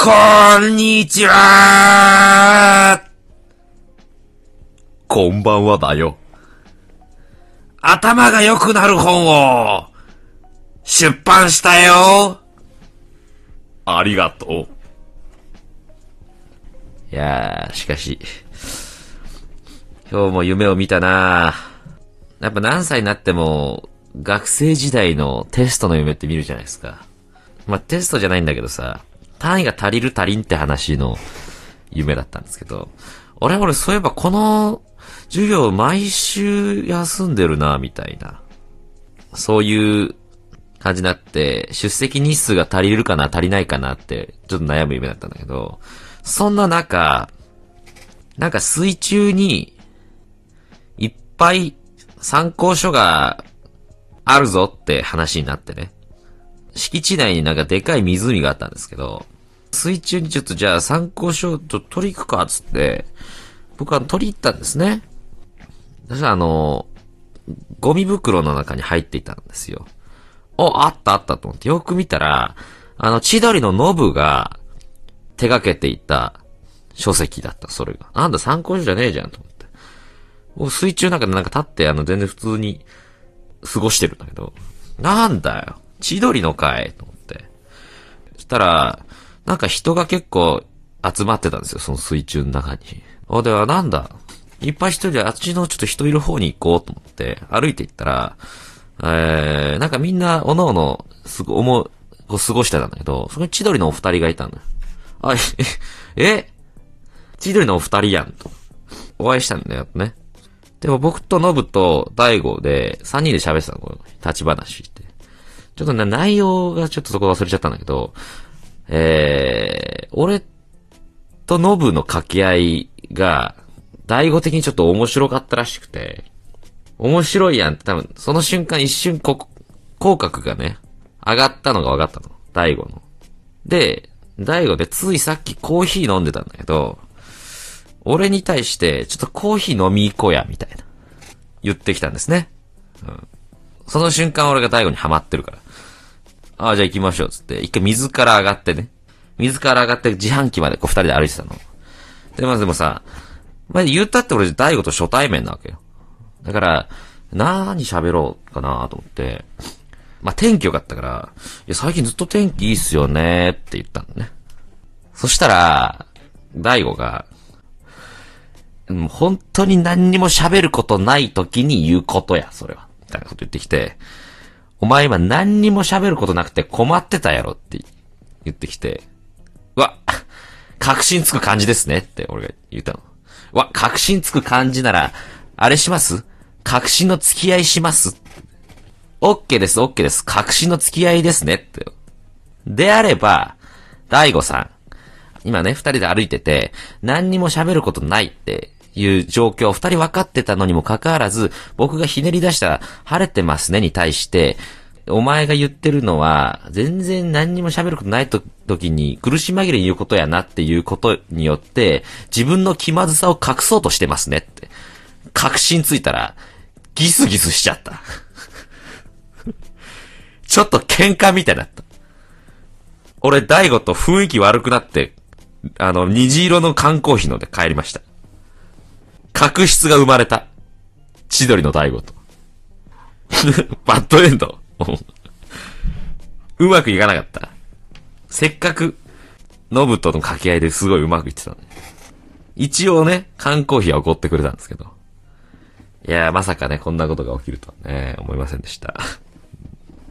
こんにちは。 こんばんはだよ。 頭が良くなる本を出版したよ。 ありがといやー、しかし、今日も夢を見たな。やっぱ何歳になっても学生時代のテストの夢って見るじゃないですか。まあ、テストじゃないんだけどさ、単位が足りる足りんって話の夢だったんですけど、俺そういえばこの授業毎週休んでるな、みたいな。そういう感じになって、出席日数が足りるかな、足りないかなって、ちょっと悩む夢だったんだけど、そんな中、なんか水中に、いっぱい参考書があるぞって話になってね。敷地内になんかでかい湖があったんですけど、水中にちょっとじゃあ参考書と取り行くかっつって、僕は取り行ったんですね。そしたらゴミ袋の中に入っていたんですよ。あったと思ってよく見たら、千鳥のノブが手掛けていた書籍だった、それが。なんだ参考書じゃねえじゃんと思って。水中なんか立って全然普通に過ごしてるんだけど、なんだよ。千鳥の会と思って。そしたら、なんか人が結構集まってたんですよ、その水中の中に。ではなんだ。いっぱい人であっちのちょっと人いる方に行こうと思って歩いて行ったら、なんかみんなおのおの過ごしてたんだけど、そこに千鳥のお二人がいたんだよ。千鳥のお二人やんと。お会いしたんだよね。でも僕とノブと大悟で3人で喋ってたの、この立ち話して。ちょっと内容がちょっとそこ忘れちゃったんだけど、俺とノブの掛け合いが、大悟的にちょっと面白かったらしくて、面白いやんって多分、その瞬間一瞬口角がね、上がったのが分かったの。大悟の。で、大悟でついさっきコーヒー飲んでたんだけど、俺に対して、ちょっとコーヒー飲み行こうや、みたいな。言ってきたんですね。うん。その瞬間俺が大悟にハマってるから。じゃあ行きましょう、つって。一回水から上がってね。水から上がって自販機まで二人で歩いてたの。でもさ、言ったって俺大悟と初対面なわけよ。だから、何喋ろうかなと思って。天気良かったから、最近ずっと天気いいっすよねって言ったのね。そしたら、大悟が、本当に何にも喋ることない時に言うことや、それは。みたいなこと言ってきて、お前今何にも喋ることなくて困ってたやろって言ってきて、確信つく感じですねって俺が言ったの。確信つく感じなら、あれします？確信の付き合いします？ OK です。確信の付き合いですねって。であれば、大悟さん、今ね、二人で歩いてて、何にも喋ることないっていう状況、二人分かってたのにもかかわらず、僕がひねり出した晴れてますねに対して、お前が言ってるのは、全然何にも喋ることない時に苦し紛れに言うことやなっていうことによって、自分の気まずさを隠そうとしてますねって。確信ついたら、ギスギスしちゃった。ちょっと喧嘩みたいになった。俺、大悟と雰囲気悪くなって、虹色の缶コーヒーので帰りました。確執が生まれた。千鳥の大悟と。バッドエンド。うまくいかなかった。せっかく、ノブとの掛け合いですごいうまくいってたのに。一応ね、缶コーヒーはおごってくれたんですけど。いやー、まさかね、こんなことが起きるとはね、思いませんでした。